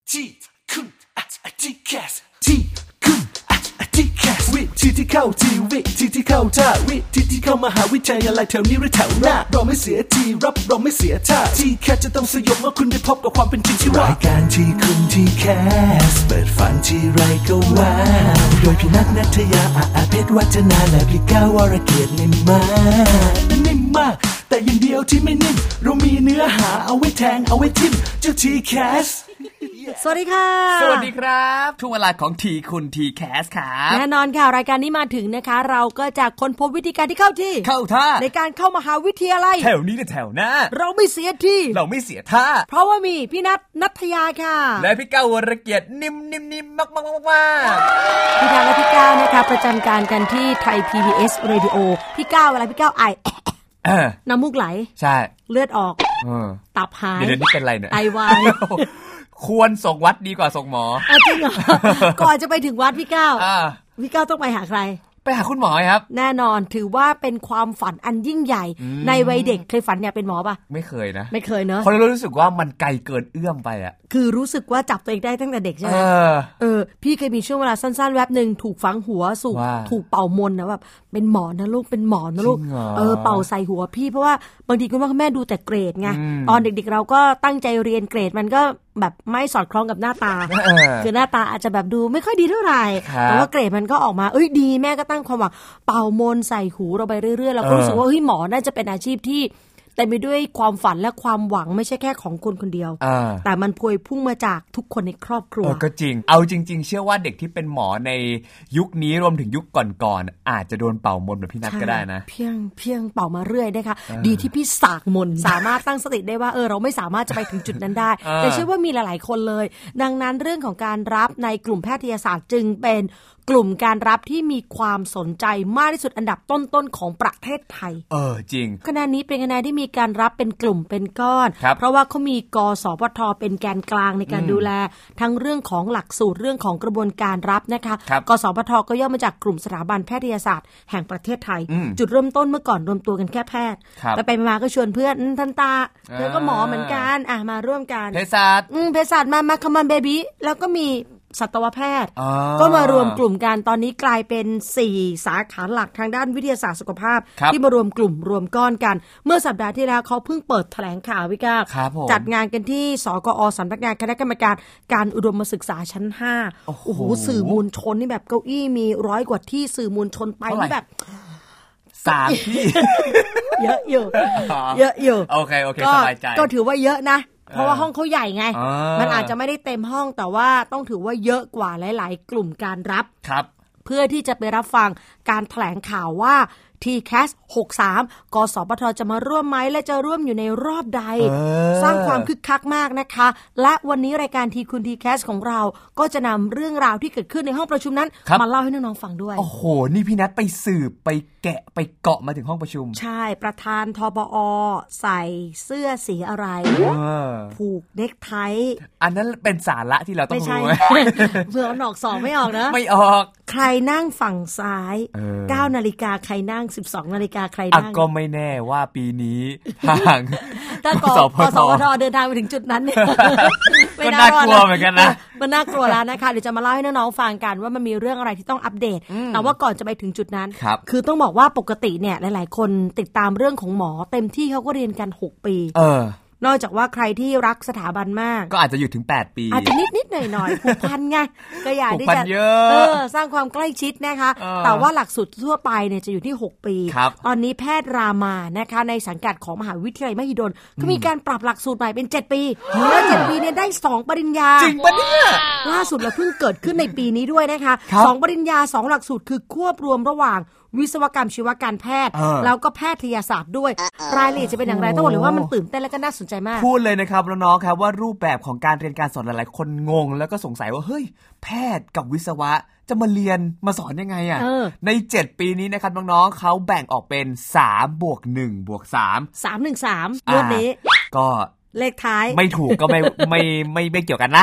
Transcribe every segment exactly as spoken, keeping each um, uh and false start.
ที่คุณอาจจะแคสที่คุณอาจจะแคสวิธีที่เข้าทีวิธีที่เข้าท่าวิธีที่เข้ามหาวิทยาลัยแถวนี้หรือแถวหน้าเราไม่เสียทีรับเราไม่เสียท่าที่แคสจะต้องสยบเมื่อคุณได้พบกับความเป็นจริงที่ว่ารายการที่คุณที่แคสเปิดฝันที่ไรก็ว้าวโดยพี่นัทณัฐยาอาเพชรวัฒนาและพี่ก้าววรเกียรตินิ่มมากนิ่มมากแต่อย่างเดียวที่ไม่นิ่มเรามีเนื้อหาเอาไว้แทงเอาไว้ทิ่มเจ้าทีแคสสวัสดีค่ะสวัสดีครับช่วงเวลาของทีคุณทีแคสครับแน่นอนค่ะรายการนี้มาถึงนะคะเราก็จะค้นพบวิธีการที่เข้าที่เข้าท่าในการเข้ามหาวิทยาลัยแถวนี้และแถวหน้าเราไม่เสียที่เราไม่เสียท่าเพราะว่ามีพี่นัทณัฐยาค่ะและพี่ก้าววรเกียรตินิ่มๆๆมากๆพี่นัทและพี่ก้าวนะคะประจำการกันที่ไทย พี บี เอส Radio พี่ก้าวเวลาพี่ก้าวไอน้ำมูกไหลใช่เลือดออกตับหายเดี๋ยวนี้เป็นไรเนี่ยไอวายควรส่งวัดดีกว่าส่งหมออ่ะจริงเหรอก่อนจะไปถึงวัดพี่ก้าวพี่ก้าวต้องไปหาใครไปหาคุณหมอครับแน่นอนถือว่าเป็นความฝันอันยิ่งใหญ่ในวัยเด็กเคยฝันอยากเป็นหมอป่ะไม่เคยนะไม่เคยเนอะเพราะเรารู้สึกว่ามันไกลเกินเอื้อมไปอ่ะคือรู้สึกว่าจับตัวเองได้ตั้งแต่เด็กใช่ไหมเออพี่เคยมีช่วงเวลาสั้นๆแวบนึงถูกฝังหัวสูกถูกเป่ามนนะแบบเป็นหมอนะลูกเป็นหมอนะลูกเออเป่าใส่หัวพี่เพราะว่าบางทีคุณพ่อคุณแม่ดูแต่เกรดไงตอนเด็กๆเราก็ตั้งใจเรียนเกรดมันก็แบบไม่สอดคล้องกับหน้าตาคือหน้าตาอาจจะแบบดูไม่ค่อยดีเท่าไหร่แต่ว่าเกรดมันก็ออกมาเอ้ยดีแม่ก็ตั้งความหวังเป่ามนใส่หูเราไปเรื่อยๆเราก็รู้สึกว่าเฮ้ยหมอน่าจะเป็นอาชีพที่แต่ไปด้วยความฝันและความหวังไม่ใช่แค่ของคนคนเดียวแต่มันพวยพุ่งมาจากทุกคนในครอบครัวก็จริงเอาจริงๆเชื่อว่าเด็กที่เป็นหมอในยุคนี้รวมถึงยุคก่อนๆอาจจะโดนเป่ามนแบบพี่นัทก็ได้นะเพียงเพียงเป่ามาเรื่อยนะคะดีที่พี่สากมนสามารถตั้งสติได้ว่าเออเราไม่สามารถจะไปถึงจุดนั้นได้แต่เชื่อว่ามีหลายๆคนเลยดังนั้นเรื่องของการรับในกลุ่มแพทยศาสตร์จึงเป็นกลุ่มการรับที่มีความสนใจมากที่สุดอันดับต้นๆของประเทศไทยเออจริงคะแนนนี้เป็นคะแนนที่มีการรับเป็นกลุ่มเป็นก้อนเพราะว่าเขามีกสพทเป็นแกนกลางในการดูแลทั้งเรื่องของหลักสูตรเรื่องของกระบวนการรับนะคะกสพทก็ย่อมาจากกลุ่มสถาบันแพทยศาสตร์แห่งประเทศไทยจุดเริ่มต้นเมื่อก่อนรวมตัวกันแค่แพทย์แต่ไปมาก็ชวนเพื่อนท่านตาแล้วก็หมอเหมือนกันอ่ะมาร่วมกันเภสัชเภสัชมามาคัมมันเบบี้แล้วก็มีสัตวแพทย์ก็มารวมกลุ่มกันตอนนี้กลายเป็นสี่สาขาหลักทางด้านวิทยาศาสตร์สุขภาพที่มารวมกลุ่มรวมก้อนกันเมื่อสัปดาห์ที่แล้วเขาเพิ่งเปิดแถลงข่าววิกาจัดงานกันที่สกอสำนักงานคณะกรรมการการอุดมศึกษาชั้นห้าโอ้โหสื่อมวลชนนี่แบบเก้าอี้มีร้อยกว่าที่สื่อมวลชนไปนี่แบบสามที่เยอะอยู่เยอะอยู่โอเคโอเคสบายใจก็ถือว่าเยอะนะเพราะว่าห้องเขาใหญ่ไงมันอาจจะไม่ได้เต็มห้องแต่ว่าต้องถือว่าเยอะกว่าหลายๆกลุ่มการรับครับเพื่อที่จะไปรับฟังการแถลงข่าวว่า ที แคส หกสิบสาม กสพทจะมาร่วมไหมและจะร่วมอยู่ในรอบใดสร้างความคึกคักมากนะคะและวันนี้รายการทีคุณ ที แคส ของเราก็จะนำเรื่องราวที่เกิดขึ้นในห้องประชุมนั้นมาเล่าให้น้องๆฟังด้วยโอ้โหนี่พี่นัทไปสืบไปแกะไปเกาะมาถึงห้องประชุมใช่ประธานทปอใส่เสื้อสีอะไรผูกเนคไทอันนั้นเป็นสาระที่เราต้องรู้เผื่อหนอกสองไม่ออกนะไม่ออกใครนั่งฝั่งซ้ายเก้านาฬิกาใครนั่งสิบสองนาฬิกาใครนั่งก็ไม่แน่ว่าปีนี้ทางถ้ากสพทเดินทางไปถึงจุดนั้นเนี่ยก็น่ากลัวเหมือนกันนะมันน่ากลัวแล้วนะคะเดี๋ยวจะมาเล่าให้น้องๆฟังกันว่ามันมีเรื่องอะไรที่ต้องอัปเดตแต่ว่าก่อนจะไปถึงจุดนั้นคือต้องบอกว่าปกติเนี่ยหลายๆคนติดตามเรื่องของหมอเต็มที่เขาก็เรียนกันหกปีเออนอกจากว่าใครที่รักสถาบันมากก็อาจจะอยู่ถึงแปดปีอาจจะนิดๆหน่อยๆผูกพันไงก็อยากที่จะเออสร้างความใกล้ชิดนะคะแต่ว่าหลักสูตรทั่วไปเนี่ยจะอยู่ที่หกปีตอนนี้แพทย์รามานะคะในสังกัดของมหาวิทยาลัยมหิดลก็มีการปรับหลักสูตรใหม่เป็นเจ็ดปีแล้วเจ็ดปีเนี่ยได้สองปริญญาจริงปะเนี่ยล่าสุดเราเพิ่งเกิดขึ้นในปีนี้ด้วยนะคะสองปริญญาสองหลักสูตรคือควบรวมระหว่างวิศวกรรมชีวการแพทย์แล้วก็แพทยศาสตร์ด้วยรายละเอียดจะเป็นอย่างไรต้องบอกเลยว่ามันตื่นเต้นและก็น่าสนใจมากพูดเลยนะครับน้องๆครับว่ารูปแบบของการเรียนการสอนหลายๆคนงงแล้วก็สงสัยว่าเฮ้ยแพทย์กับวิศวะจะมาเรียนมาสอนยังไงอ่ะในเจ็ดปีนี้นะครับน้องๆเขาแบ่งออกเป็นสามบวกหนึ่งบวกสามสาม หนึ่ง สามงวดนี้ก็เลขท้ายไม่ถูกก็ไม่ไม่ไม่ไม่เกี่ยวกันนะ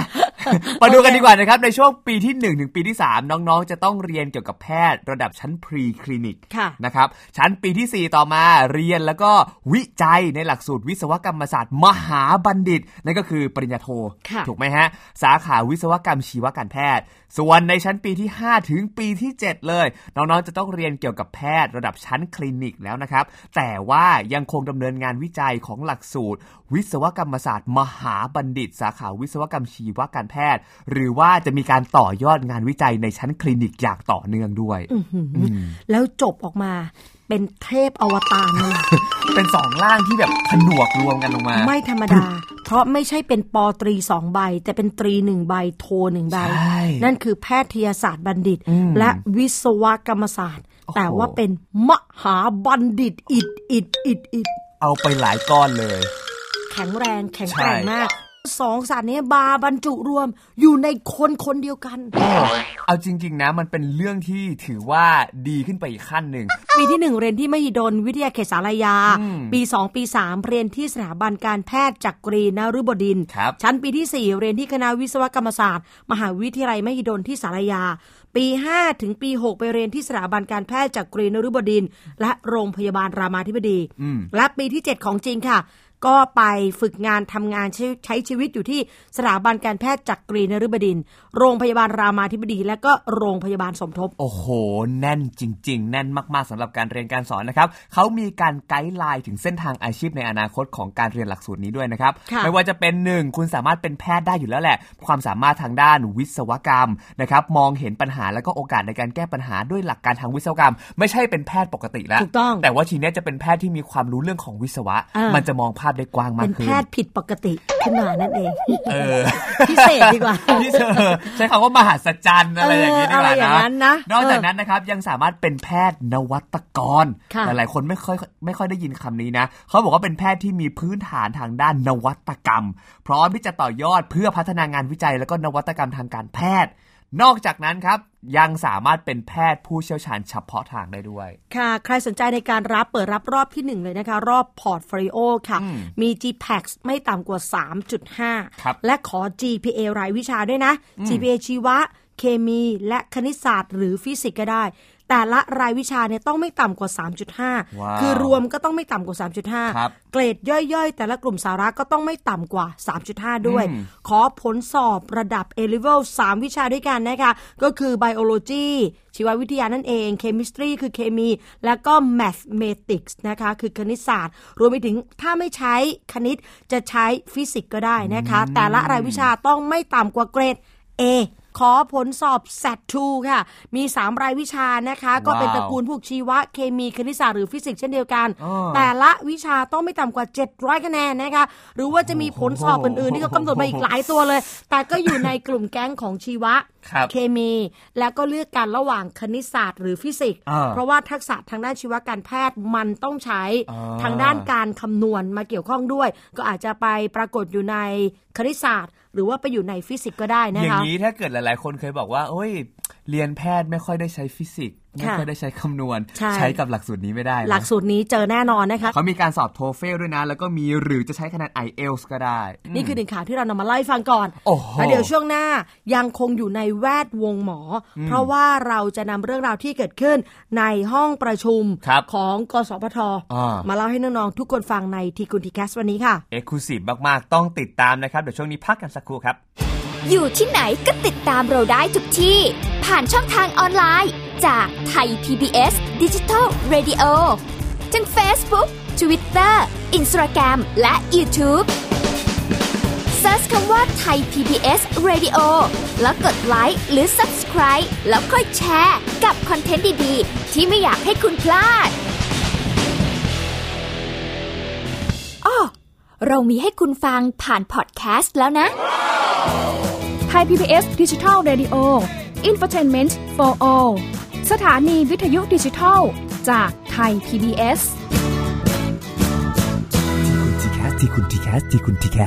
มาดูกันดีกว่านะครับในช่วงปีที่หนึ่งถึงปีที่สามน้องๆจะต้องเรียนเกี่ยวกับแพทย์ระดับชั้นพรีคลินิกนะครับชั้นปีที่สี่ต่อมาเรียนแล้วก็วิจัยในหลักสูตรวิศวกรรมศาสตร์มหาบัณฑิตนั่นก็คือปริญญาโทถูกไหมฮะสาขาวิศวกรรมชีวการแพทย์ส่วนในชั้นปีที่ห้าถึงปีที่เจ็ดเลยน้องๆจะต้องเรียนเกี่ยวกับแพทย์ระดับชั้นคลินิกแล้วนะครับแต่ว่ายังคงดำเนินงานวิจัยของหลักสูตรวิศวกรรมศาสตร์มหาบัณฑิตสาขาวิศวกรรมชีวการแพทย์หรือว่าจะมีการต่อยอดงานวิจัยในชั้นคลินิกอย่างต่อเนื่องด้วยแล้วจบออกมาเป็นเทพอวตารเลยเป็นสองร่างที่แบบผนวกรวมกันลงมาไม่ธรรมดา เพราะไม่ใช่เป็นปตรีสองใบแต่เป็นตรีหนึ่งใบโทหนึ่งใบนั่นคือแพทยศาสตร์บัณฑิตและวิศวกรรมศาสตร์แต่ว่าเป็นมหาบัณฑิตอิดอิดอิดอิดเอาไปหลายก้อนเลยแข็งแรงแข็งแกร่งมากสองศาสตร์นี้บาบรรจุรวมอยู่ในคนคนเดียวกันเอาจริงๆนะมันเป็นเรื่องที่ถือว่าดีขึ้นไปอีกขั้นหนึ่งปีที่หนึ่งเรียนที่มหิดลวิทยาเขตศาลายาปีสองปีสามเรียนที่สถาบันการแพทย์จักรีนฤบดินทร์ชั้นปีที่สี่เรียนที่คณะวิศวกรรมศาสตร์มหาวิทยาลัยมหิดลที่ศาลายาปีห้าถึงปีหกไปเรียนที่สถาบันการแพทย์จักรีนฤบดินทร์และโรงพยาบาลรามาธิบดีและปีที่เจ็ดของจริงค่ะก็ไปฝึกงานทำงานใช้ชีวิตอยู่ที่สถาบันการแพทย์จักรีนฤบดินทร์โรงพยาบาลรามาธิบดีและก็โรงพยาบาลสมทบโอ้โหแน่นจริงๆแน่นมากๆสำหรับการเรียนการสอนนะครับเขามีการไกด์ไลน์ถึงเส้นทางอาชีพในอนาคตของการเรียนหลักสูตรนี้ด้วยนะครับไม่ว่าจะเป็นหนึ่งคุณสามารถเป็นแพทย์ได้อยู่แล้วแหละความสามารถทางด้านวิศวกรรมนะครับมองเห็นปัญหาแล้วก็โอกาสในการแก้ปัญหาด้วยหลักการทางวิศวกรรมไม่ใช่เป็นแพทย์ปกติแล้วแต่ว่าทีนี้จะเป็นแพทย์ที่มีความรู้เรื่องของวิศวะมันจะมองภาพได้กว้างมากขึ้นแพทย์ผิดปกติขึ้นมานั่นเองเออพิเศษดีกว่าพิเศษใช้คำว่ามหัศจรรย์อะไรอย่างนี้ดีกว่านะนอกจากนั้นนะครับยังสามารถเป็นแพทย์นวัตกรหลายๆคนไม่ค่อยไม่ค่อยได้ยินคำนี้นะเขาบอกว่าเป็นแพทย์ที่มีพื้นฐานทางด้านนวัตกรรมพร้อมที่จะต่อยอดเพื่อพัฒนางานวิจัยแล้วก็นวัตกรรมทางการแพทย์นอกจากนั้นครับยังสามารถเป็นแพทย์ผู้เชี่ยวชาญเฉพาะทางได้ด้วยค่ะใครสนใจในการรับเปิดรับรอบที่หนึ่งเลยนะคะรอบพอร์ตโฟลิโอค่ะมี จี พี เอ ซี ไม่ต่ำกว่า สามจุดห้า และขอ จี พี เอ รายวิชาด้วยนะ จี พี เอ ชีวะเคมีและคณิตศาสตร์หรือฟิสิกส์ก็ได้แต่ละรายวิชาเนี่ยต้องไม่ต่ำกว่า สามจุดห้า wow. คือรวมก็ต้องไม่ต่ำกว่า สามจุดห้า เกรดย่อยๆแต่ละกลุ่มสาระก็ต้องไม่ต่ำกว่า สามจุดห้า ด้วยขอผลสอบระดับ A level สามวิชาด้วยกันนะคะก็คือ Biology ชีววิทยานั่นเอง Chemistry คือเคมีแล้วก็ Mathematics นะคะคือคณิตศาสตร์รวมไปถึงถ้าไม่ใช้คณิตจะใช้ฟิสิกส์ก็ได้นะคะแต่ละรายวิชาต้องไม่ต่ำกว่าเกรด Aขอผลสอบ แซด ทู ค่ะมีสามรายวิชานะคะ wow. ก็เป็นตระกูลพวกชีวะเคมีคณิตศาสตร์หรือฟิสิกส์เช่นเดียวกัน oh. แต่ละวิชาต้องไม่ต่ำกว่าเจ็ดร้อยคะแนนนะคะหรือว่าจะมีผลสอบอื่นๆที่เขากำหนดมาอีกหลายตัวเลยแต่ก็อยู่ในกลุ่มแก๊งของชีวะเคมีแล้วก็เลือกกันระหว่างคณิตศาสตร์หรือฟิสิกส์ uh. เพราะว่าทักษะทางด้านชีวการแพทย์มันต้องใช้ uh. ทางด้านการคำนวณมาเกี่ยวข้องด้วยก็อาจจะไปปรากฏอยู่ในคณิตศาสตร์หรือว่าไปอยู่ในฟิสิกส์ก็ได้นะคะอย่างนี้ถ้าเกิดหลายๆคนเคยบอกว่าโอ้ยเรียนแพทย์ไม่ค่อยได้ใช้ฟิสิกส์ไม่ค่อยได้ใช้คำนวณใช ใช้กับหลักสูตรนี้ไม่ได้หลักสูตรนี้เจอแน่นอนนะคะเขามีการสอบโทเฟลด้วยนะแล้วก็มีหรือจะใช้คะแนน ไอ เอล ที เอส ก็ได้นี่คือหนึ่งข่าวที่เรานำมาไล่ฟังก่อนแล้วเดี๋ยวช่วงหน้ายังคงอยู่ในแวดวงหมอเพราะว่าเราจะนำเรื่องราวที่เกิดขึ้นในห้องประชุมของกสพทมาเล่าให้น้องๆทุกคนฟังในทีคุณทีแคสวันนี้ค่ะเอ็กซ์คลูซีฟมากๆต้องติดตามนะครับเดี๋ยวช่วงนี้พักกันสักครู่ครับอยู่ที่ไหนก็ติดตามเราได้ทุกที่ผ่านช่องทางออนไลน์จากไทย พี บี เอส Digital Radio ทั้ง Facebook, Twitter, Instagram และ YouTubeเสิร์ชคำว่าไทย พี บี เอส Radio แล้วกดไลค์หรือ Subscribe แล้วค่อยแชร์กับคอนเทนต์ดีๆที่ไม่อยากให้คุณพลาดอ้อเรามีให้คุณฟังผ่านพอดแคสต์แล้วนะไทย พี บี เอส Digital Radio Infotainment for All สถานีวิทยุดิจิทัลจากไทย พี บี เอสที่คุณทีแคสที่คุณทีแคสที่คุณทีแคส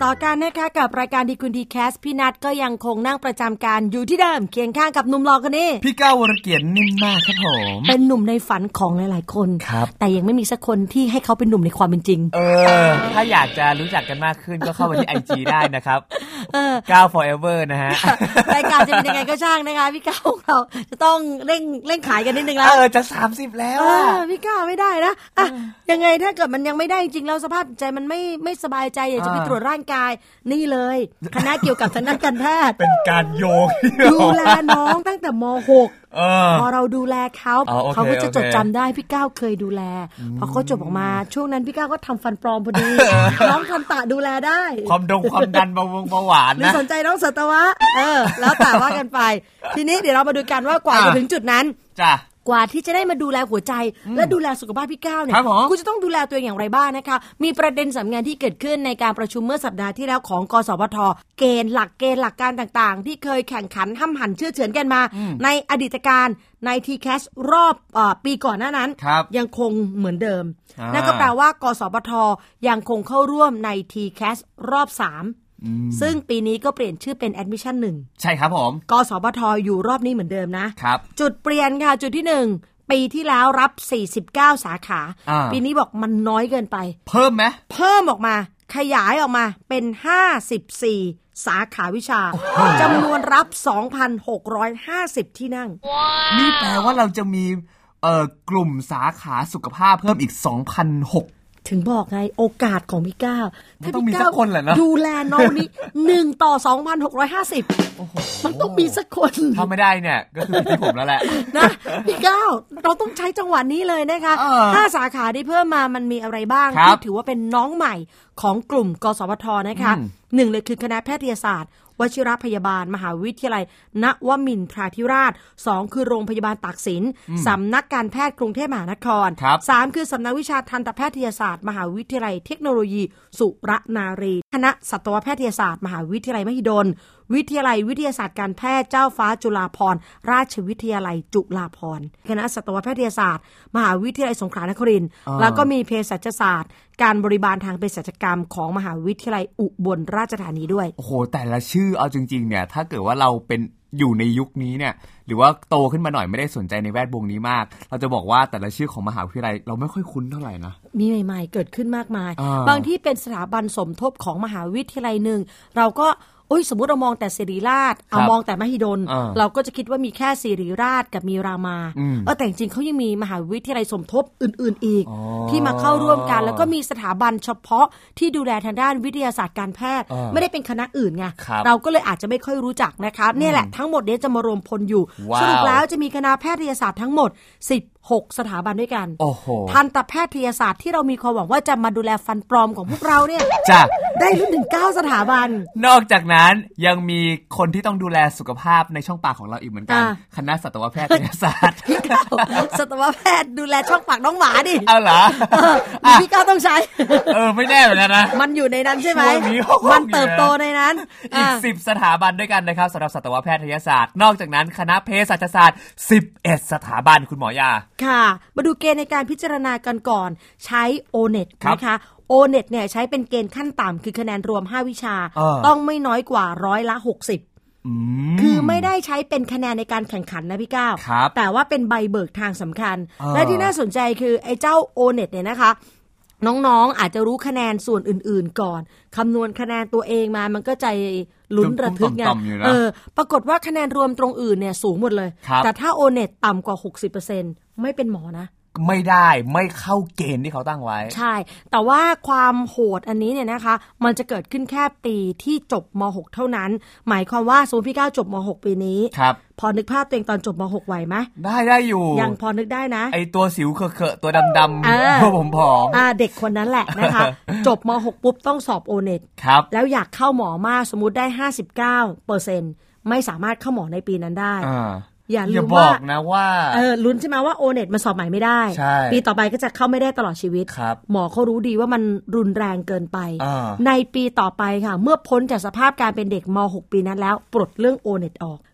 ต่อกันนะคะกับรายการดีคุณดีแคสพี่นัทก็ยังคงนั่งประจำการอยู่ที่เดิมเคียงข้างกับหนุ่มหล่อคนนี้พี่ก้าววรเกียรตินิ่มมากครับผมเป็นหนุ่มในฝันของหลายๆคนแต่ยังไม่มีสักคนที่ให้เขาเป็นหนุ่มในความเป็นจริงเออถ้าอยากจะรู้จักกันมากขึ้นก็เข้าไปที่ ไอ จี ได้นะครับก้าว forever นะฮะรายการจะเป็นยังไงก็ช่างนะคะพี่ก้าวของเราจะต้องเร่งเร่งขายกันนิดนึงแล้วเออจะสามสิบแล้วอ่ะพี่ก้าวไม่ได้นะอ่ะยังไงถ้าเกิดมันยังไม่ได้จริงแล้วสภาพใจมันไม่ไม่สบายใจอยากจะไปตรวจร่างกายนี่เลยคณะเกี่ยวกับทางด้านการแพทย์เป็นการโยงดูแลน้องตั้งแต่ม.หก พอเราดูแลเขาเขาก็จะจดจำได้พี่ก้าวเคยดูแลพอเขาจบออกมาช่วงนั้นพี่ก้าวก็ทำฟันปลอมพอดีน้องทันตะดูแลได้ความดงความดันเบาเบาหวานนะไม่สนใจน้องสัตวะเออแล้วแต่ว่ากันไปทีนี้เดี๋ยวเรามาดูกันว่ากว่าจะถึงจุดนั้นจ้ะกว่าที่จะได้มาดูแลหัวใจและดูแลสุขภาพพี่ก้าวเนี่ยคุณจะต้องดูแลตัวเองอย่างไรบ้างนะคะมีประเด็นสำคัญที่เกิดขึ้นในการประชุมเมื่อสัปดาห์ที่แล้วของกสพทเกณฑ์หลักเกณฑ์หลักการต่างๆที่เคยแข่งขันห้ำหั่นเชื่อเฉือนกันมาในอดีตการใน ที แคส รอบปีก่อนหน้านั้นยังคงเหมือนเดิมนั่นก็แปลว่ากสพทยังคงเข้าร่วมใน ที แคส รอบสามซึ่งปีนี้ก็เปลี่ยนชื่อเป็น Admission หนึ่งใช่ครับผมกสพทอยู่รอบนี้เหมือนเดิมนะครับจุดเปลี่ยนค่ะจุดที่หนึ่งปีที่แล้วรับสี่สิบเก้าสาขาปีนี้บอกมันน้อยเกินไปเพิ่มไหมเพิ่มออกมาขยายออกมาเป็นห้าสิบสี่สาขาวิชาจำนวนรับ สองพันหกร้อยห้าสิบ ที่นั่ง wow. นี่แปลว่าเราจะมีเอ่อกลุ่มสาขาสุขภาพเพิ่มอีก สองพันหกร้อยถึงบอกไงโอกาสของพี่ก้าวถ้าต้องมีสักคนแหละนะดูแลน้องนี้หนึ่งต่อ สองพันหกร้อยห้าสิบ โอ้โหมันต้องมีสักคนถ้าไม่ได้เนี่ยก็คือที่ผมแล้วแหละนะพี่ก้าวเราต้องใช้จังหวะนี้เลยนะคะห้าสาขาที่เพิ่มมามันมีอะไรบ้างที่ถือว่าเป็นน้องใหม่ของกลุ่มกสพทนะคะหนึ่งเลยคือคณะแพทยศาสตร์วชิรพยาบาลมหาวิทยาลัยนวมินทราธิราชสองคือโรงพยาบาลตากสินสำนักการแพทย์กรุงเทพมหานครสามคือสำนักวิชาทันตแพทยศาสตร์มหาวิทยาลัยเทคโนโลยีสุรนารีคณะสัตวแพทยศาสตร์มหาวิทยาลัยมหิดลวิทยาลัยวิทยาศาสตร์การแพทย์เจ้าฟ้าจุฬาภรณ์ราชวิทยาลัยจุฬาภรณ์คณะสัตวแพทยศาสตร์มหาวิทยาลัยสงขลานครินทร์แล้วก็มีเภสัชศาสตร์การบริบาลทางเภสัชกรรมของมหาวิทยาลัยอุบลราชธานีด้วยโอ้โหแต่ละชื่อเอาจริงๆเนี่ยถ้าเกิดว่าเราเป็นอยู่ในยุคนี้เนี่ยหรือว่าโตขึ้นมาหน่อยไม่ได้สนใจในแวดวงนี้มากเราจะบอกว่าแต่ละชื่อของมหาวิทยาลัยเราไม่ค่อยคุ้นเท่าไหร่นะมีใหม่ๆเกิดขึ้นมากมายบางที่เป็นสถาบันสมทบของมหาวิทยาลัยหนึ่งเราก็อุ้ยสมมุติเรามองแต่ศิริราชเอามองแต่มหิดลเราก็จะคิดว่ามีแค่ศิริราชกับมีรามาเออแต่จริงๆเขายังมีมหาวิทยาลัยสมทบอื่นๆอีกที่มาเข้าร่วมกันแล้วก็มีสถาบันเฉพาะที่ดูแลทางด้านวิทยาศาสตร์การแพทย์ไม่ได้เป็นคณะอื่นไงเราก็เลยอาจจะไม่ค่อยรู้จักนะคะนี่แหละทั้งหมดนี้จะมารวมพลอยู่สรุปแล้วจะมีคณะแพทยศาสตร์ทั้งหมดสิบหกสถาบันด้วยกันทันตแพทยศาสตร์ที่เรามีความหวังว่าจะมาดูแลฟันปลอมของพวกเราเนี่ยจะได้รุ่นถึงเก้าสถาบันนอกจากนั้นยังมีคนที่ต้องดูแลสุขภาพในช่องปากของเราอีกเหมือนกันคณะสัตวแพทยศาสตร์พี่ก้าวสัตวแพทย์ดูแลช่องปากน้องหมาดิเอาเหรอพี่ก้าวต้องใช้เออไม่แน่เหมือนกันนะมันอยู่ในนั้นใช่ไหมมันเติบโตในนั้นอีกสิบสถาบันด้วยกันนะครับสำหรับสัตวแพทยศาสตร์นอกจากนั้นคณะเภสัชศาสตร์สิบเอ็ดสถาบันคุณหมอยาค่ะมาดูเกณฑ์ในการพิจารณากันก่อนใช้ โอ เน็ต นะคะ โอ เน็ต เนี่ยใช้เป็นเกณฑ์ขั้นต่ำคือคะแนนรวมห้าวิชาต้องไม่น้อยกว่าร้อยละหกสิบคือไม่ได้ใช้เป็นคะแนนในการแข่งขันนะพี่ก้าวแต่ว่าเป็นใบเบิกทางสำคัญและที่น่าสนใจคือไอ้เจ้า โอ เน็ต เนี่ยนะคะน้องๆอาจจะรู้คะแนนส่วนอื่นๆก่อนคำนวณคะแนนตัวเองมามันก็ใจลุ้นระทึกไงเออปรากฏว่าคะแนนรวมตรงอื่นเนี่ยสูงหมดเลยแต่ถ้า โอ เน็ต ต่ำกว่า หกสิบเปอร์เซ็นต์ ไม่เป็นหมอนะไม่ได้ไม่เข้าเกณฑ์ที่เขาตั้งไว้ใช่แต่ว่าความโหดอันนี้เนี่ยนะคะมันจะเกิดขึ้นแค่ปีที่จบม.หก เท่านั้นหมายความว่าสมมติพี่ก้าวจบม.หก ปีนี้ครับพอนึกภาพตัวเองตอนจบม.หก ไหวไหมได้ได้อยู่ยังพอนึกได้นะไอตัวสิวเคอะๆตัวดำๆตัวผมผอมอ่าเด็กคนนั้นแหละนะคะ จบม.หก ปุ๊บต้องสอบ โอ เน็ตครับแล้วอยากเข้าหมอมากสมมุติได้ ห้าสิบเก้าเปอร์เซ็นต์ ไม่สามารถเข้าหมอในปีนั้นได้อย่าลืมว่านะว่าเออลุ้นใช่ไหมว่า โอ เน็ต มาสอบใหม่ไม่ได้ปีต่อไปก็จะเข้าไม่ได้ตลอดชีวิตหมอเขารู้ดีว่ามันรุนแรงเกินไปในปีต่อไปค่ะเมื่อพ้นจากสภาพการเป็นเด็กม.หก ปีนั้นแล้วปลดเรื่อง โอ เน็ต ออก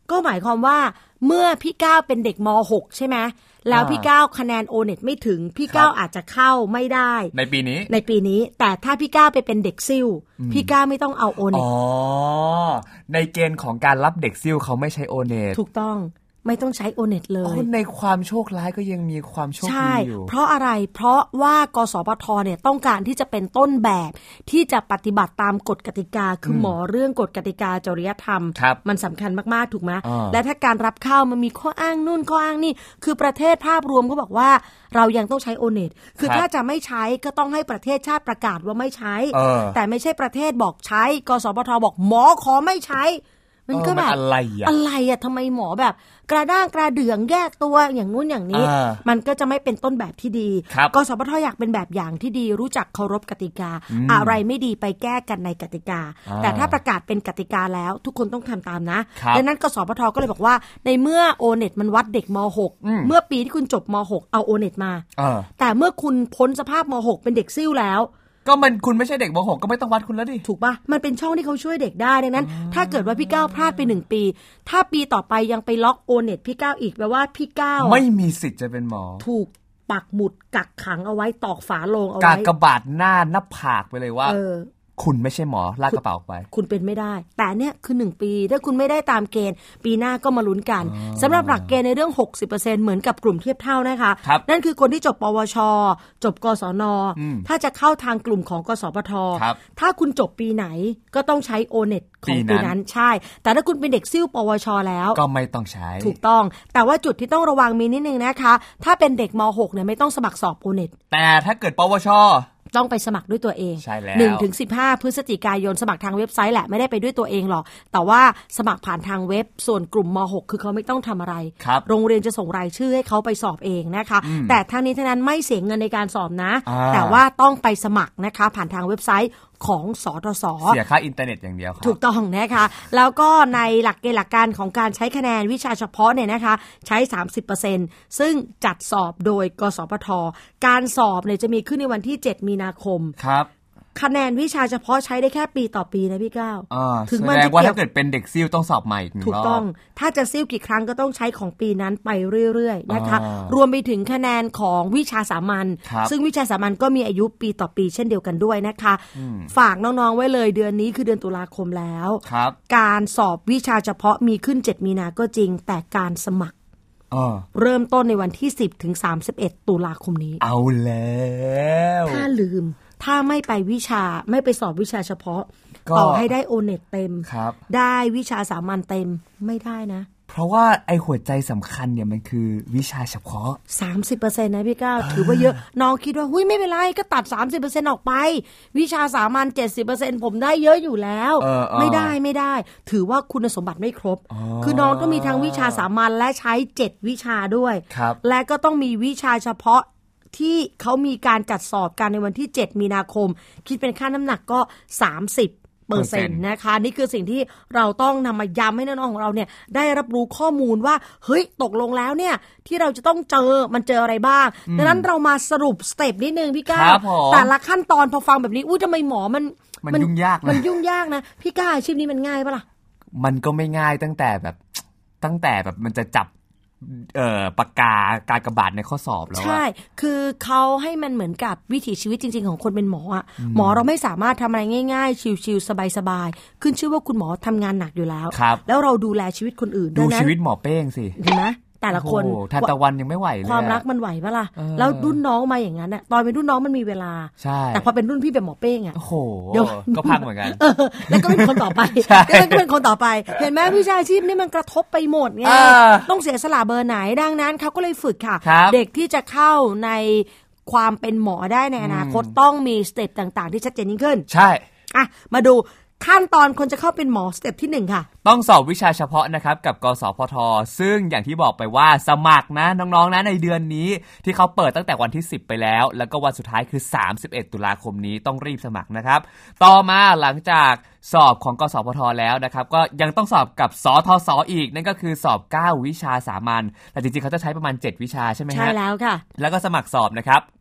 ก็หมายความว่าเมื่อพี่ก้าวเป็นเด็กม.หก ใช่ไหมแล้วพี่ก้าวคะแนน โอ เน็ต ไม่ถึงพี่ก้าวอาจจะเข้าไม่ได้ในปีนี้ในปีนี้แต่ถ้าพี่ก้าวไปเป็นเด็กซิ่วพี่ก้าวไม่ต้องเอา โอ เน็ตอ๋อในเกณฑ์ของการรับเด็กซิ่วเขาไม่ใช้ โอ เน็ตถูกต้องไม่ต้องใช้ โอ เน็ต เลยในความโชคร้ายก็ยังมีความโชคดีอยู่เพราะอะไรเพราะว่ากสปทเนี่ยต้องการที่จะเป็นต้นแบบที่จะปฏิบัติตามกฎกติกาคือหมอเรื่องกฎกติกาจริยธรรมมันสำคัญมากๆถูกไหมและถ้าการรับเข้ามันมีข้ออ้างนู่นข้ออ้างนี่คือประเทศภาพรวมเขาบอกว่าเรายังต้องใช้ โอ เน็ต คือถ้าจะไม่ใช้ก็ต้องให้ประเทศชาติประกาศว่าไม่ใช้แต่ไม่ใช่ประเทศบอกใช้กสปทบอกหมอขอไม่ใช้มันก็แบบอะไรอ่ะอะไรอ่ะทำไมหมอแบบกระด้างกระเดื่องแยกตัวอย่างนู้นอย่างนี้มันก็จะไม่เป็นต้นแบบที่ดีกสปทอยากเป็นแบบอย่างที่ดีรู้จักเคารพกติกาอะไรไม่ดีไปแก้กันในกติกาแต่ถ้าประกาศเป็นกติกาแล้วทุกคนต้องทำตามนะดังนั้นกสปทก็เลยบอกว่าในเมื่อ โอ เน็ต มันวัดเด็กม.หก เมื่อปีที่คุณจบม.หก เอา โอ เน็ต มาแต่เมื่อคุณพ้นสภาพม.หก เป็นเด็กซิ่วแล้วก็มันคุณไม่ใช่เด็กม.หก ก็ไม่ต้องวัดคุณแล้วดิถูกป่ะมันเป็นช่องที่เขาช่วยเด็กได้ดังนั้นถ้าเกิดว่าพี่ก้าวพลาดไปหนึ่งปีถ้าปีต่อไปยังไปล็อก โอ เน็ต พี่ก้าวอีกแปลว่าพี่ก้าวไม่มีสิทธิ์จะเป็นหมอถูกปักหมุดกักขังเอาไว้ตอกฝาโลงเอาไว้กากบาทหน้าหน้าผากไปเลยว่าคุณไม่ใช่หมอลากกระเป๋าไปคุณเป็นไม่ได้แต่เนี่ยคือหนึ่งปีถ้าคุณไม่ได้ตามเกณฑ์ปีหน้าก็มาลุ้นกันสำหรับหลักเกณฑ์ในเรื่อง หกสิบเปอร์เซ็นต์ เหมือนกับกลุ่มเทียบเท่านะคะนั่นคือคนที่จบปวชจบกศนถ้าจะเข้าทางกลุ่มของกสปทถ้าคุณจบปีไหนก็ต้องใช้ โอ เน็ต ของปีนั้นใช่แต่ถ้าคุณเป็นเด็กซิ่วปวชแล้วก็ไม่ต้องใช้ถูกต้องแต่ว่าจุดที่ต้องระวังมีนิดนึงนะคะถ้าเป็นเด็กม หกเนี่ยไม่ต้องสมัครสอบ โอ เน็ตแต่ถ้าเกิดปวชต้องไปสมัครด้วยตัวเองหนึ่งถึงสิบห้า พฤศจิกายนสมัครทางเว็บไซต์แหละไม่ได้ไปด้วยตัวเองหรอกแต่ว่าสมัครผ่านทางเว็บส่วนกลุ่มม หก คือเขาไม่ต้องทำอะไรโรงเรียนจะส่งรายชื่อให้เขาไปสอบเองนะคะแต่ทั้งนี้ทั้งนั้นไม่เสียเงินในการสอบนะแต่ว่าต้องไปสมัครนะคะผ่านทางเว็บไซต์ของสทศ. เสียค่าอินเทอร์เน็ตอย่างเดียวครับถูกต้องนะคะแล้วก็ในหลักเกณฑ์หลักการของการใช้คะแนนวิชาเฉพาะเนี่ยนะคะใช้ สามสิบเปอร์เซ็นต์ ซึ่งจัดสอบโดยกสปทการสอบเนี่ยจะมีขึ้นในวันที่เจ็ดมีนาคมครับคะแนนวิชาเฉพาะใช้ได้แค่ปีต่อปีนะพี่ก้าวถึงมันจะว่าถ้าเกิดเป็นเด็กซิ่วต้องสอบใหม่ถูกต้องถ้าจะซิ่วกี่ครั้งก็ต้องใช้ของปีนั้นไปเรื่อยๆนะคะรวมไปถึงคะแนนของวิชาสามัญซึ่งวิชาสามัญก็มีอายุปีต่อปีเช่นเดียวกันด้วยนะคะฝากน้องๆไว้เลยเดือนนี้คือเดือนตุลาคมแล้วการสอบวิชาเฉพาะมีขึ้นเจ็ดมีนาก็จริงแต่การสมัครเริ่มต้นในวันที่สิบถึงสามสิบเอ็ดตุลาคมนี้เอาแล้วถ้าลืมถ้าไม่ไปวิชาไม่ไปสอบวิชาเฉพาะต่อให้ได้ โอ เน็ต เต็มได้วิชาสามัญเต็มไม่ได้นะเพราะว่าไอ้หัวใจสำคัญเนี่ยมันคือวิชาเฉพาะสามสิบเปอร์เซ็นต์ นะพี่ก้าวถือว่าเยอะน้องคิดว่าหุ้ยไม่เป็นไรก็ตัด สามสิบเปอร์เซ็นต์ ออกไปวิชาสามัญ เจ็ดสิบเปอร์เซ็นต์ ผมได้เยอะอยู่แล้วไม่ได้ไม่ได้ถือว่าคุณสมบัติไม่ครบคือน้องต้องมีทั้งวิชาสามัญและใช้เจ็ดวิชาด้วยและก็ต้องมีวิชาเฉพาะที่เขามีการจัดสอบกันในวันที่เจ็ดมีนาคมคิดเป็นค่าน้ำหนักก็สามสิบเปอร์เซ็นต์นะคะนี่คือสิ่งที่เราต้องนำมาย้ำให้น้องๆของเราเนี่ยได้รับรู้ข้อมูลว่าเฮ้ยตกลงแล้วเนี่ยที่เราจะต้องเจอมันเจออะไรบ้างดังนั้นเรามาสรุปสเต็ปนิดนึงพี่ก้าวแต่ละขั้นตอนพอฟังแบบนี้อุ้ยทำไมหมอมันมันยุ่งยากมันยุ่งยากนะพี่ก้าวอาชีพนี้มันง่ายปะล่ะมันก็ไม่ง่ายตั้งแต่แบบตั้งแต่แบบมันจะจับเอ่อปากกากากบาทในข้อสอบแล้วใช่คือเขาให้มันเหมือนกับวิถีชีวิตจริงๆของคนเป็นหมออ่ะหมอเราไม่สามารถทำอะไรง่ายๆชิวๆสบายๆขึ้นชื่อว่าคุณหมอทำงานหนักอยู่แล้วแล้วเราดูแลชีวิตคนอื่นดูชีวิตหมอเป้งสิเห็นไหมแต่ละคนทานตะวันยังไม่ไหวเลยความรักมันไหวปะล่ะแล้วรุ่นน้องมาอย่างนั้นอ่ะตอนเป็นรุ่นน้องมันมีเวลาแต่พอเป็นรุ่นพี่แบบหมอเป้งอ่ะโอ้โหก็พังเหมือนกันแล้วก็เป็นคนต่อไปแล้วก็เป็นคนต่อไปเห็นไหมวิชาชีพนี่มันกระทบไปหมดไงต้องเสียสละเบอร์ไหนดังนั้นเขาก็เลยฝึกค่ะเด็กที่จะเข้าในความเป็นหมอได้ในอนาคตต้องมีสเต็ปต่างๆที่ชัดเจนยิ่งขึ้นใช่อ่ะมาดูขั้นตอนคนจะเข้าเป็นหมอสเต็ปที่หนึ่งค่ะต้องสอบวิชาเฉพาะนะครับกับกสพทซึ่งอย่างที่บอกไปว่าสมัครนะน้องๆนะในเดือนนี้ที่เขาเปิดตั้งแต่วันที่สิบไปแล้วแล้วก็วันสุดท้ายคือสามสิบเอ็ดตุลาคมนี้ต้องรีบสมัครนะครับต่อมาหลังจากสอบของกสพทแล้วนะครับก็ยังต้องสอบกับสทศอีกนั่นก็คือสอบเก้าวิชาสามัญแต่จริงๆเขาจะใช้ประมาณเจ็ดวิชาใช่ไหมฮะใช่แล้วค่ะแล้วก็สมัครสอบนะครับ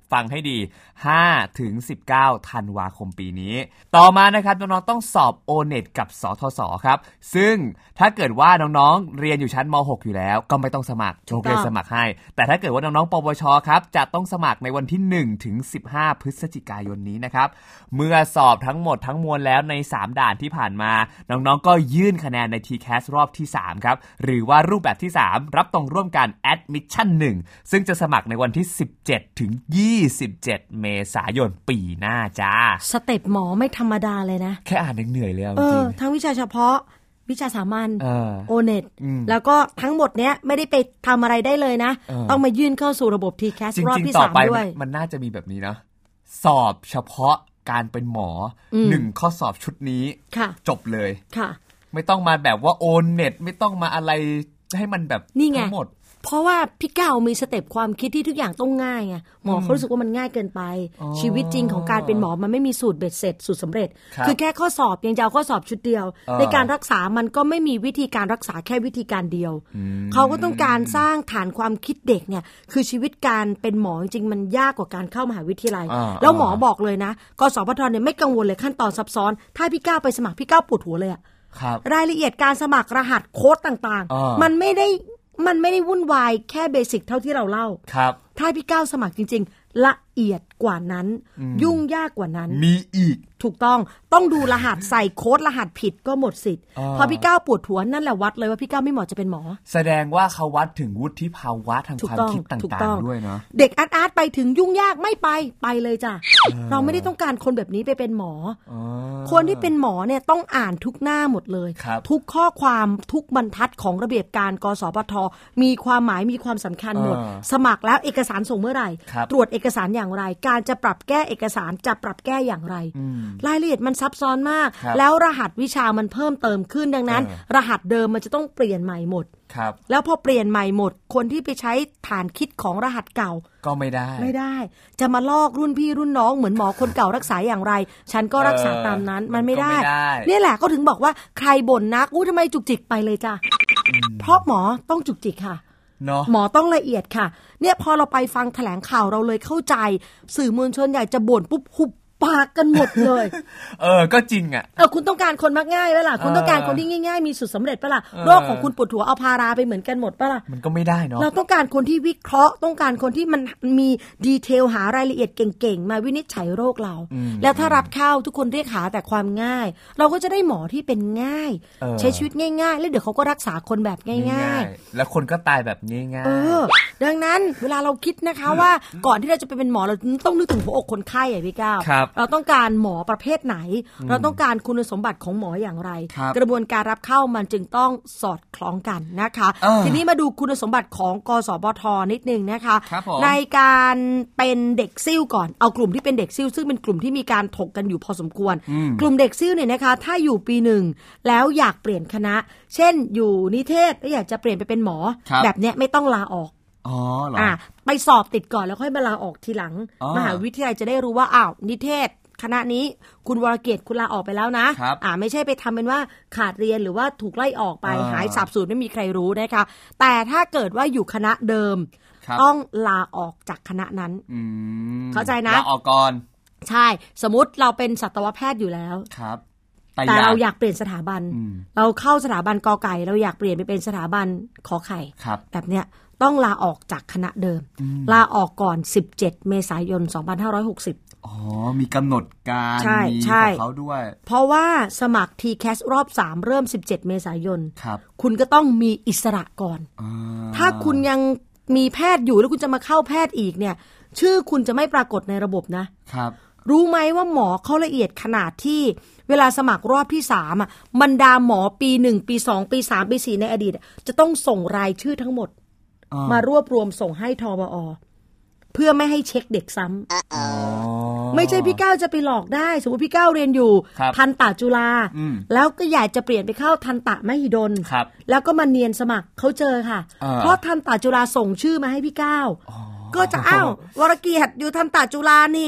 ฟังให้ดี ห้าถึงสิบเก้า ธันวาคมปีนี้ต่อมานะครับน้องๆต้องสอบ โอ เน็ต กับสทศครับซึ่งถ้าเกิดว่าน้องๆเรียนอยู่ชั้นม หก อยู่แล้วก็ไม่ต้องสมัครโรงเรียนสมัครให้แต่ถ้าเกิดว่าน้องๆปวชครับจะต้องสมัครในวันที่หนึ่งถึงสิบห้าพฤศจิกายนนี้นะครับเมื่อสอบทั้งหมดทั้งมวลแล้วในสามด่านที่ผ่านมาน้องๆก็ยื่นคะแนนใน ที แคส รอบที่สามครับหรือว่ารูปแบบที่สามรับตรงร่วมกัน Admission หนึ่งซึ่งจะสมัครในวันที่สิบเจ็ดถึงยี่สิบเจ็ดเมษายนปีหน้าจ้าสเต็ปหมอไม่ธรรมดาเลยนะแค่อ่านเหนื่อยเลยจริงๆทั้งวิชาเฉพาะวิชาสามัญ โอ เน็ต แล้วก็ทั้งหมดเนี้ยไม่ได้ไปทำอะไรได้เลยนะต้องมายื่นเข้าสู่ระบบ ที แคส รอบที่สามด้วยมันน่าจะมีแบบนี้นะสอบเฉพาะการเป็นหมอหนึ่งข้อสอบชุดนี้จบเลยไม่ต้องมาแบบว่า โอ เน็ต ไม่ต้องมาอะไรให้มันแบบทั้งหมดเพราะว่าพี่ก้าวมีสเต็ปความคิดที่ทุกอย่างต้องง่ายไงหมอเขารู้สึกว่ามันง่ายเกินไปชีวิตจริงของการเป็นหมอมันไม่มีสูตรเบ็ดเสร็จสูตรสำเร็จคือแค่ข้อสอบยังจะเอาข้อสอบชุดเดียวในการรักษามันก็ไม่มีวิธีการรักษาแค่วิธีการเดียวเขาก็ต้องการสร้างฐานความคิดเด็กเนี่ยคือชีวิตการเป็นหมอจริงๆมันยากกว่าการเข้ามหาวิทยาลัยแล้วหมอบอกเลยนะกสพทเนี่ยไม่กังวลเลยขั้นตอนซับซ้อนถ้าพี่ก้าวไปสมัครพี่ก้าวปวดหัวเลยอะรายละเอียดการสมัครรหัสโค้ดต่างๆมันไม่ได้มันไม่ได้วุ่นวายแค่เบสิกเท่าที่เราเล่าครับถ้าพี่ก้าวสมัครจริงๆละเอียดกว่านั้นยุ่งยากกว่านั้นมีอีกถูกต้องต้องดูรหัสใส่โค้ดรหัสผิดก็หมดสิทธิ์พอพี่ก้าวปวดหัวนั่นแหละวัดเลยว่าพี่ก้าวไม่เหมาะจะเป็นหมอแสดงว่าเขาวัดถึงวุฒิภาวะทางความคิดต่างๆด้วยเนาะเด็กอาร์ตอาร์ตไปถึงยุ่งยากไม่ไปไปเลยจ้ะเราไม่ได้ต้องการคนแบบนี้ไปเป็นหมอคนที่เป็นหมอเนี่ยต้องอ่านทุกหน้าหมดเลยทุกข้อความทุกบรรทัดของระเบียบการกสพทมีความหมายมีความสำคัญหมดสมัครแล้วเอกสารส่งเมื่อไหร่ตรวจเอกสารอย่างไรการจะปรับแก้เอกสารจะปรับแก้อย่างไรรายละเอียดมันซับซ้อนมากแล้วรหัสวิชามันเพิ่มเติมขึ้นดังนั้นรหัสเดิมมันจะต้องเปลี่ยนใหม่หมดแล้วพอเปลี่ยนใหม่หมดคนที่ไปใช้ฐานคิดของรหัสเก่าก็ไม่ได้ไม่ได้จะมาลอกรุ่นพี่รุ่นน้องเหมือนหมอคนเก่ารักษาอย่างไรฉันก็รักษาตามนั้นมันไม่ได้นี่แหละก็ถึงบอกว่าใครบ่นนักอู้ทำไมจุกจิกไปเลยจ้ะเพราะหมอต้องจุกจิกค่ะหมอต้องละเอียดค่ะเนี่ยพอเราไปฟังแถลงข่าวเราเลยเข้าใจสื่อมวลชนอยากจะบ่นปุ๊บหุบปากกันหมดเลยเออก็จริงอ่ะเออคุณต้องการคนมักง่ายไหมล่ะคุณต้องการคนที่ง่ายๆมีสูตรสำเร็จป่ะล่ะโรคของคุณปวดหัวเอาพาราไปเหมือนกันหมดป่ะล่ะมันก็ไม่ได้เนาะเราต้องการคนที่วิเคราะห์ต้องการคนที่มันมีดีเทลหารายละเอียดเก่งๆมาวินิจฉัยโรคเราแล้วถ้ารับเข้าทุกคนเรียกหาแต่ความง่ายเราก็จะได้หมอที่เป็นง่ายใช้ชีวิตง่ายๆแล้วเดี๋ยวเขาก็รักษาคนแบบง่ายๆแล้วคนก็ตายแบบง่ายๆเออดังนั้นเวลาเราคิดนะคะว่าก่อนที่เราจะไปเป็นหมอเราต้องนึกถึงหัวอกคนไข้อ่ะพี่ก้าวเราต้องการหมอประเภทไหนเราต้องการคุณสมบัติของหมออย่างไรกระบวนการรับเข้ามันจึงต้องสอดคล้องกันนะคะทีนี้มาดูคุณสมบัติของกสพทนิดนึงนะคะในการเป็นเด็กซิ่วก่อนเอากลุ่มที่เป็นเด็กซิ่วซึ่งเป็นกลุ่มที่มีการถกกันอยู่พอสมควรกลุ่มเด็กซิ่วเนี่ยนะคะถ้าอยู่ปีหนึ่งแล้วอยากเปลี่ยนคณะเช่นอยู่นิเทศแล้วอยากจะเปลี่ยนไปเป็นหมอแบบเนี้ยไม่ต้องลาออกอ๋อเหรออ่ะไปสอบติดก่อนแล้วค่อยมาลาออกทีหลังมหาวิทยาลัยจะได้รู้ว่าอ้าวนิเทศคณะนี้คุณวรเกียรติคุณลาออกไปแล้วนะอ่าไม่ใช่ไปทำเป็นว่าขาดเรียนหรือว่าถูกไล่ออกไปหายสาบสูญไม่มีใครรู้นะคะแต่ถ้าเกิดว่าอยู่คณะเดิมต้องลาออกจากคณะนั้นเข้าใจนะลาออกก่อนใช่สมมุติเราเป็นสัตวแพทย์อยู่แล้วครับแต่เราอยากเปลี่ยนสถาบันเราเข้าสถาบันกอไก่เราอยากเปลี่ยนไปเป็นสถาบันขอไข่แบบเนี้ยต้องลาออกจากคณะเดิมลาออกก่อนสิบเจ็ดเมษายนสองพันห้าร้อยหกสิบอ๋อมีกำหนดการมีของเขาด้วยเพราะว่าสมัคร ที แคส รอบสามเริ่มสิบเจ็ดเมษายนครับคุณก็ต้องมีอิสระก่อนถ้าคุณยังมีแพทย์อยู่แล้วคุณจะมาเข้าแพทย์อีกเนี่ยชื่อคุณจะไม่ปรากฏในระบบนะครับรู้ไหมว่าหมอเขาละเอียดขนาดที่เวลาสมัครรอบที่สามอ่ะบรรดาหมอปีหนึ่งปีสองปีสามปีสี่ในอดีตจะต้องส่งรายชื่อทั้งหมดมารวบรวมส่งให้ทบอเพื่อไม่ให้เช็คเด็กซ้ำไม่ใช่พี่ก้าวจะไปหลอกได้สมมติพี่ก้าวเรียนอยู่ทันตะจุฬาแล้วก็อยากจะเปลี่ยนไปเข้าทันตะมหิดลแล้วก็มาเนียนสมัครเขาเจอค่ะเพราะทันตะจุฬาส่งชื่อมาให้พี่ก้าวก็จะอ้าววรเกียรติอยู่ทันตะจุฬานี่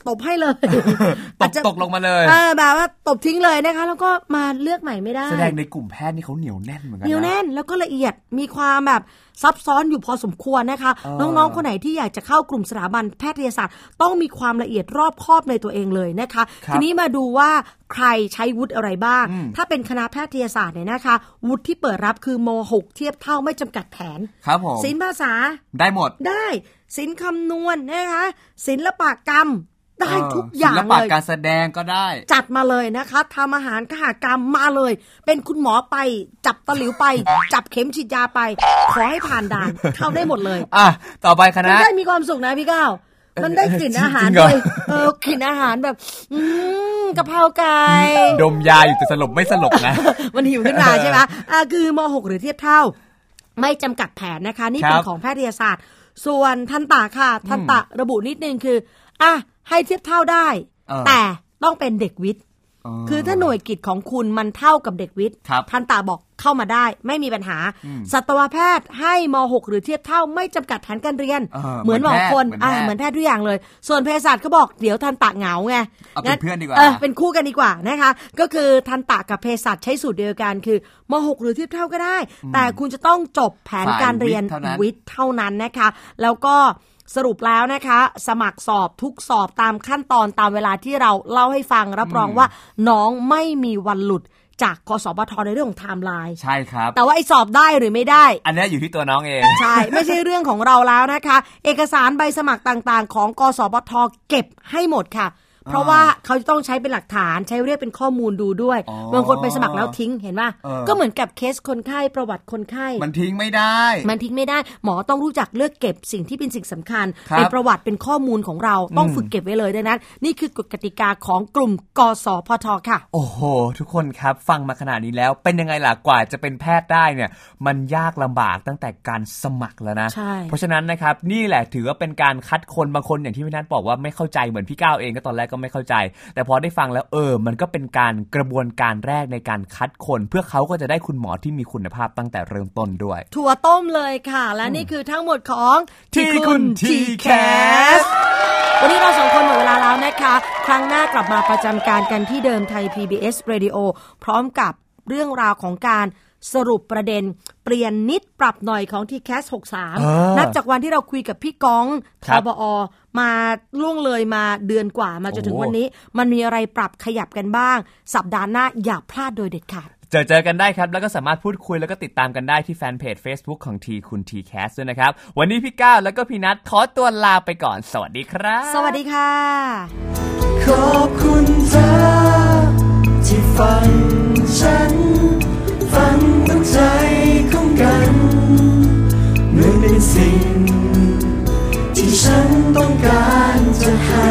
ตบให้เลยตกตกลงมาเลยเออแบบว่าตบทิ้งเลยนะคะแล้วก็มาเลือกใหม่ไม่ได้แสดงในกลุ่มแพทย์นี่เขาเหนียวแน่นเหมือนกันนะเหนียวแน่นแล้วก็ละเอียดมีความแบบซับซ้อนอยู่พอสมควรนะคะน้องๆคนไหนที่อยากจะเข้ากลุ่มสถาบันแพทยศาสตร์ต้องมีความละเอียดรอบคอบในตัวเองเลยนะคะทีนี้มาดูว่าใครใช้วุฒิอะไรบ้างถ้าเป็นคณะแพทยศาสตร์เนี่ยนะคะวุฒิที่เปิดรับคือม หกเทียบเท่าไม่จำกัดแผนครับผมศิลปภาษาได้หมดได้ศิลป์คำนวณนะคะศิลปกรรมได้ทุกอย่างเลยศิลปะการแสดงก็ได้จัดมาเลยนะคะทำอาหารคหกรรมมาเลยเป็นคุณหมอไปจับตะหลิวไป จับเข็มฉีดยาไปขอให้ผ่านด่านเข้าได้หมดเลยอ่ะต่อไปคณะมันได้มีความสุขนะพี่ก้าวมันได้กลิ่นอาหารเลยเออกลิ่นอาหารแบบอืมกะเพราไก่ดมยาอยู่แต่สลบไม่สลบนะมันหิวขึ้นมาใช่ไหมอ่ะคือม หกหรือเทียบเท่าไม่จำกัดแผนนะคะนี่เป็นของแพทยศาสตร์ส่วนทันตะค่ะทันตะระบุนิดนึงคืออ่ะให้เทียบเท่าได้แต่ต้องเป็นเด็กวิทย์คือถ้าหน่วยกิจของคุณมันเท่ากับเด็กวิทย์ทันตะบอกเข้ามาได้ไม่มีปัญหาสัตวแพทย์ให้ม หกหรือเทียบเท่าไม่จำกัดแผนการเรียนเหมือนหมอคนอ่าเหมือนแพทย์ทุกอย่างเลยส่วนเภสัชเขาบอกเดี๋ยวทันตะเหงาไงเป็นเพื่อนดีกว่าเออเป็นคู่กันดีกว่านะคะก็คือทันตะกับเภสัชใช้สูตรเดียวกันคือม หกหรือเทียบเท่าก็ได้แต่คุณจะต้องจบแผนการเรียนวิทย์เท่านั้นนะคะแล้วก็สรุปแล้วนะคะสมัครสอบทุกสอบตามขั้นตอนตามเวลาที่เราเล่าให้ฟังรับรองว่าน้องไม่มีวันหลุดจากกสพทในเรื่องของไทม์ไลน์ใช่ครับแต่ว่าไอ้สอบได้หรือไม่ได้อันนี้อยู่ที่ตัวน้องเองใช่ไม่ใช่เรื่องของเราแล้วนะคะเอกสารใบสมัครต่างๆของกสพทเก็บให้หมดค่ะเพราะว่าเขาจะต้องใช้เป็นหลักฐานใช้เรียกเป็นข้อมูลดูด้วยบางคนไปสมัครแล้วทิ้งเห็นป่ะก็เหมือนกับเคสคนไข้ประวัติคนไข้มันทิ้งไม่ได้มันทิ้งไม่ได้หมอต้องรู้จักเลือกเก็บสิ่งที่เป็นสิ่งสำคัญเป็นประวัติเป็นข้อมูลของเราต้องฝึกเก็บไว้เลยดังนั้นนี่คือกฎกติกาของกลุ่มกสพทค่ะโอ้โหทุกคนครับฟังมาขนาดนี้แล้วเป็นยังไงล่ะกว่าจะเป็นแพทย์ได้เนี่ยมันยากลำบากตั้งแต่การสมัครแล้วนะเพราะฉะนั้นนะครับนี่แหละถือว่าเป็นการคัดคนบางคนอย่างที่พี่นัทบอกว่าไม่เข้าใจเหมือนพี่ก้าวเองก็ตอนแรกก็ไม่เข้าใจแต่พอได้ฟังแล้วเออมันก็เป็นการกระบวนการแรกในการคัดคนเพื่อเขาก็จะได้คุณหมอที่มีคุณภาพตั้งแต่เริ่มต้นด้วยถั่วต้มเลยค่ะและนี่คือทั้งหมดของที่คุณทีแคสวันนี้เราสองคนหมดเวลาแล้วนะคะครั้งหน้ากลับมาประจำการกันที่เดิมไทย พี บี เอส Radio พร้อมกับเรื่องราวของการสรุปประเด็นเปลี่ยนนิดปรับหน่อยของ ที แคส หกสิบสามนับจากวันที่เราคุยกับพี่ก้องทบอมาล่วงเลยมาเดือนกว่ามาจนถึงวันนี้มันมีอะไรปรับขยับกันบ้างสัปดาห์หน้าอย่าพลาดโดยเด็ดขาดเจอเจอกันได้ครับแล้วก็สามารถพูดคุยแล้วก็ติดตามกันได้ที่แฟนเพจ Facebook ของทีคุณ ที แคส ด้วยนะครับวันนี้พี่ก้าวแล้วก็พี่นัทขอตัวลาไปก่อนสวัสดีครับสวัสดีค่ะขอบคุณเธอที่ฟังฉันฟังตั้งใจของกันเหมือนเป็นสิ่งที่ฉันต้องการจะให้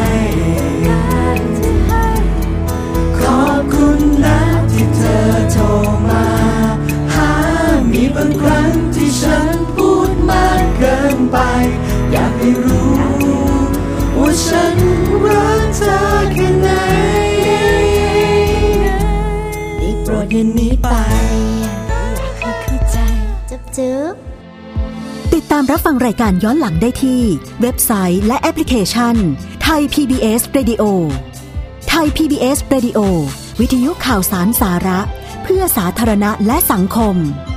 ขอบคุณนะที่เธอโทรมาหามีบางครั้งที่ฉันพูดมากเกินไปอยากให้รู้ว่าฉันรักเธอแค่ไหนได้โปรดอย่าหนีไปอยากให้เข้าใจจุ๊บจุ๊บติดตามรับฟังรายการย้อนหลังได้ที่เว็บไซต์และแอปพลิเคชัน Thai พี บี เอส Radio Thai พี บี เอส Radio วิทยุข่าวสารสาระเพื่อสาธารณะและสังคม